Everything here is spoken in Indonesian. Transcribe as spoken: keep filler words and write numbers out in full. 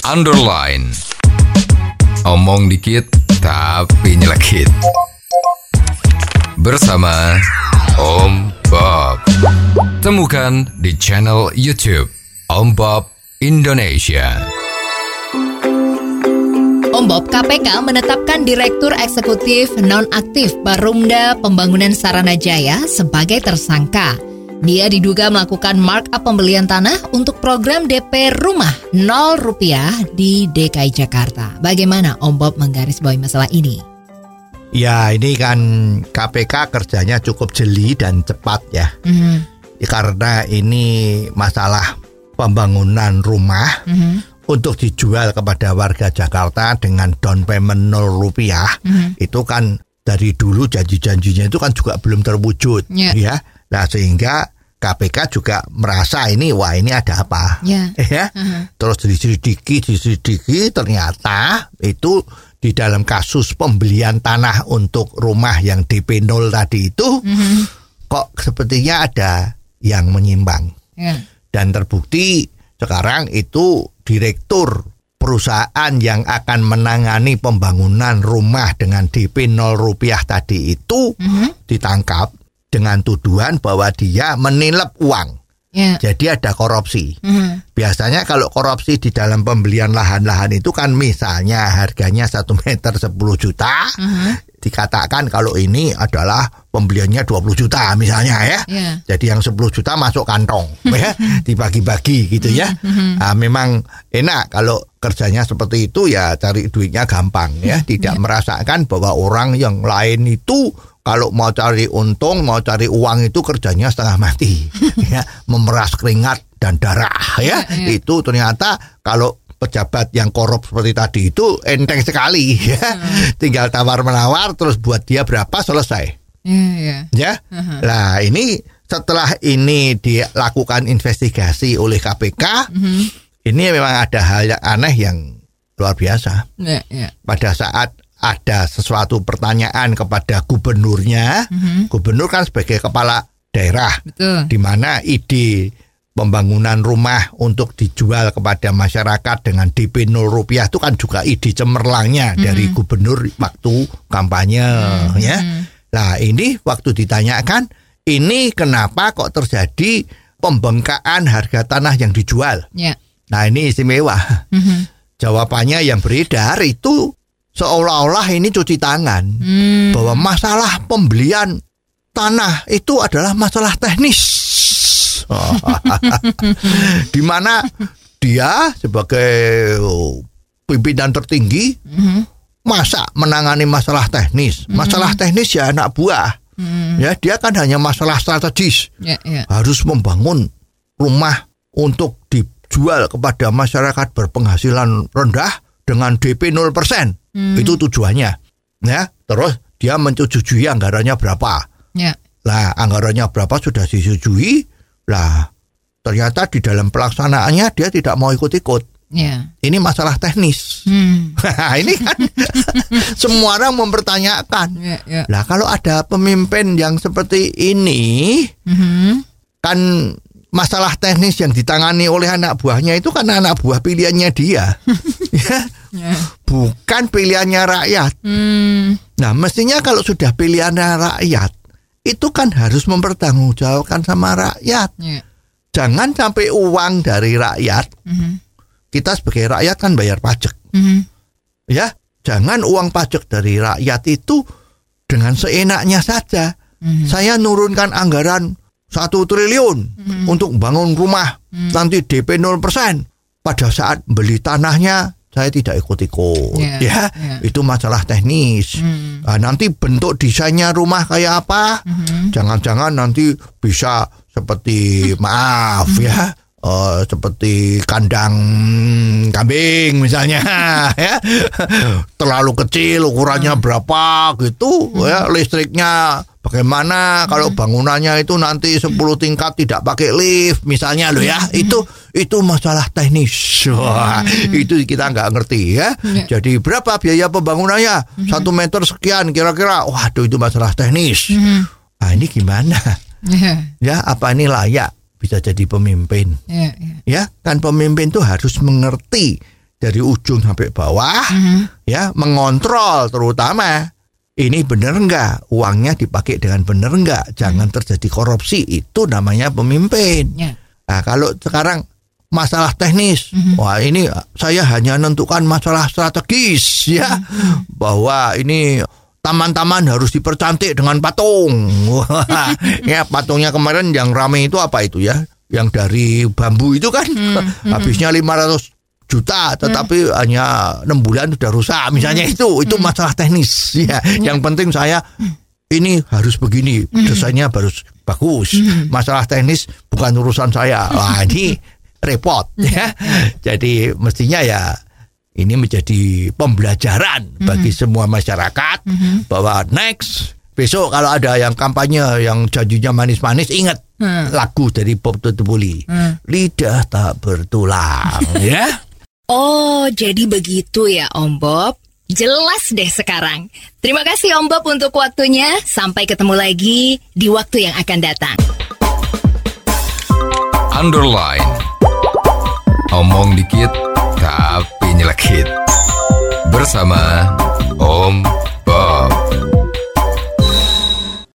underline. Omong dikit tapi nyelekit. Bersama Om Bob. Temukan di channel YouTube Om Bob Indonesia. Om Bob, K P K menetapkan Direktur Eksekutif Nonaktif Barumda Pembangunan Saranajaya sebagai tersangka. Dia diduga melakukan markup pembelian tanah untuk program D P rumah nol rupiah di D K I Jakarta. Bagaimana Om Bob menggarisbawahi masalah ini? Ya, ini kan K P K kerjanya cukup jeli dan cepat ya. Mm-hmm. Ya, karena ini masalah pembangunan rumah mm-hmm. untuk dijual kepada warga Jakarta dengan down payment nol rupiah. Mm-hmm. Itu kan dari dulu janji-janjinya itu kan juga belum terwujud yeah. ya. Nah, sehingga K P K juga merasa ini, wah ini ada apa yeah. ya. Uh-huh. Terus diselidiki, diselidiki ternyata itu di dalam kasus pembelian tanah untuk rumah yang D P nol tadi itu uh-huh. kok sepertinya ada yang menyimpang yeah. dan terbukti sekarang itu direktur perusahaan yang akan menangani pembangunan rumah dengan D P nol rupiah tadi itu uh-huh. ditangkap dengan tuduhan bahwa dia menilep uang. Yeah. Jadi ada korupsi. Mm-hmm. Biasanya kalau korupsi di dalam pembelian lahan-lahan itu kan misalnya harganya satu meter sepuluh juta. Mm-hmm. Dikatakan kalau ini adalah pembeliannya dua puluh juta misalnya ya. Yeah. Jadi yang sepuluh juta masuk kantong ya, dibagi-bagi gitu ya. Mm-hmm. Nah, memang enak kalau kerjanya seperti itu ya, cari duitnya gampang ya. Tidak yeah. merasakan bahwa orang yang lain itu kalau mau cari untung, mau cari uang itu kerjanya setengah mati, ya, memeras keringat dan darah, ya. ya, ya. Itu ternyata kalau pejabat yang korup seperti tadi itu enteng sekali, ya. Hmm. Tinggal tawar-menawar, terus buat dia berapa selesai, ya. ya. ya? Uh-huh. Nah, ini setelah ini dilakukan investigasi oleh K P K, uh-huh. ini memang ada hal yang aneh yang luar biasa. Ya, ya. Pada saat ada sesuatu pertanyaan kepada gubernurnya, mm-hmm. gubernur kan sebagai kepala daerah, di mana ide pembangunan rumah untuk dijual kepada masyarakat dengan D P nol rupiah itu kan juga ide cemerlangnya mm-hmm. dari gubernur waktu kampanye, mm-hmm. ya. Nah, ini waktu ditanyakan, ini kenapa kok terjadi pembengkakan harga tanah yang dijual? Yeah. Nah, ini istimewa. Mm-hmm. Jawabannya yang beredar itu seolah-olah ini cuci tangan, hmm. bahwa masalah pembelian tanah itu adalah masalah teknis. Di mana dia sebagai pimpinan tertinggi hmm. masa menangani masalah teknis. Masalah hmm. teknis ya anak buah. Hmm. Ya, dia kan hanya masalah strategis. Yeah, yeah. Harus membangun rumah untuk dijual kepada masyarakat berpenghasilan rendah dengan D P nol persen. Hmm. Itu tujuannya, ya. Terus dia menyetujui anggarannya berapa. Ya. Lah, anggarannya berapa sudah disetujui. Lah, ternyata di dalam pelaksanaannya dia tidak mau ikut-ikut. Ya. Ini masalah teknis. Hmm. Ini kan semua orang mempertanyakan. Ya, ya. Lah, kalau ada pemimpin yang seperti ini, mm-hmm. kan masalah teknis yang ditangani oleh anak buahnya itu kan anak buah pilihannya dia. Ya. Yeah. Bukan pilihannya rakyat. Hmm. Nah, mestinya kalau sudah pilihannya rakyat, itu kan harus mempertanggungjawabkan sama rakyat. Yeah. Jangan sampai uang dari rakyat, mm-hmm. kita sebagai rakyat kan bayar pajak. Mm-hmm. Ya, jangan uang pajak dari rakyat itu dengan seenaknya saja. Mm-hmm. Saya nurunkan anggaran satu triliun mm-hmm. untuk bangun rumah, mm-hmm. nanti D P nol persen. Pada saat beli tanahnya saya tidak ikut-ikut, yeah, ya, yeah. itu masalah teknis. Mm. Nah, nanti bentuk desainnya rumah kayak apa? Mm-hmm. Jangan-jangan nanti bisa seperti maaf mm-hmm. ya, uh, seperti kandang kambing misalnya, ya, terlalu kecil ukurannya mm. berapa gitu, mm. ya, listriknya bagaimana? Kalau bangunannya itu nanti sepuluh tingkat tidak pakai lift misalnya loh ya, mm-hmm. itu itu masalah teknis. Wah, mm-hmm. itu kita nggak ngerti ya. Yeah. Jadi berapa biaya pembangunannya? Mm-hmm. Satu meter sekian kira-kira. Waduh, itu masalah teknis. Mm-hmm. Nah, ini gimana? Yeah. Ya, apa ini layak bisa jadi pemimpin? Yeah, yeah. Ya, kan pemimpin tuh harus mengerti dari ujung sampai bawah, mm-hmm. ya, mengontrol terutama ini benar enggak, uangnya dipakai dengan benar enggak, jangan terjadi korupsi, itu namanya pemimpin. Yeah. Nah, kalau sekarang masalah teknis, mm-hmm. wah ini saya hanya menentukan masalah strategis, ya, mm-hmm. bahwa ini taman-taman harus dipercantik dengan patung. Wah, ya patungnya kemarin yang rame itu apa itu ya? Yang dari bambu itu kan, mm-hmm. habisnya lima ratus juta, tetapi hmm. hanya enam bulan sudah rusak misalnya, itu itu hmm. masalah teknis ya. Hmm. Yang penting saya ini harus begini, desainnya harus bagus. Hmm. Masalah teknis bukan urusan saya. Wah, ini repot ya. Jadi mestinya ya ini menjadi pembelajaran hmm. bagi semua masyarakat, hmm. bahwa next besok kalau ada yang kampanye yang janjinya manis-manis, ingat hmm. lagu dari Bob Tutupuli, hmm. lidah tak bertulang. Ya. Oh, jadi begitu ya Om Bob. Jelas deh sekarang. Terima kasih Om Bob untuk waktunya. Sampai ketemu lagi di waktu yang akan datang. Underline. Omong dikit tapi nyelekit. Bersama Om